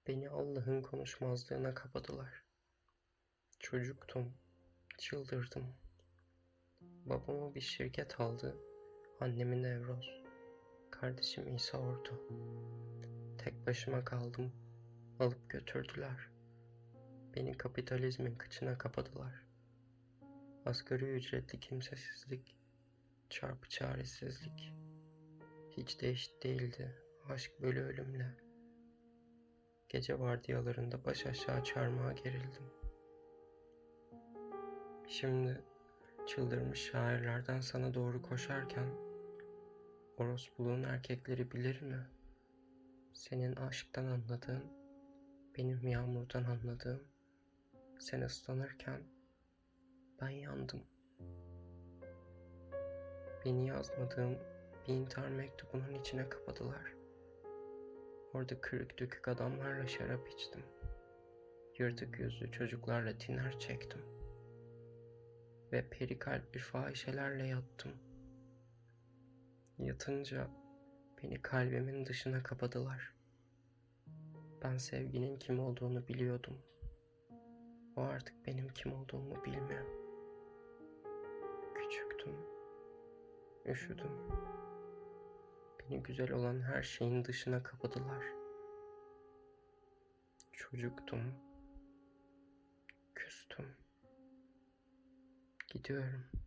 Beni Allah'ın konuşmazlığına kapadılar. Çocuktum, çıldırdım. Babamı bir şirket aldı, annemi Nevroz, kardeşim İsa Ordu. Tek başıma kaldım, alıp götürdüler. Beni kapitalizmin kıçına kapadılar. Asgari ücretli kimsesizlik, çarpı çaresizlik. Hiç de eşit değildi, aşk bölü ölümle. Gece vardiyalarında baş aşağı çarmıha gerildim. Şimdi çıldırmış şairlerden sana doğru koşarken, orospuluğun erkekleri bilir mi? Senin aşktan anladığın, benim yağmurdan anladığım. Sen ıslanırken ben yandım. Beni yazmadığım bir intihar mektubunun içine kapadılar. Orada kırık dökük adamlarla şarap içtim. Yırtık yüzlü çocuklarla tiner çektim. Ve peri kalpli fahişelerle yattım. Yatınca beni kalbimin dışına kapadılar. Ben sevginin kim olduğunu biliyordum. O artık benim kim olduğumu bilmiyor. Küçüktüm, üşüdüm. Beni güzel olan her şeyin dışına kapadılar. Çocuktum, küstüm. Gidiyorum.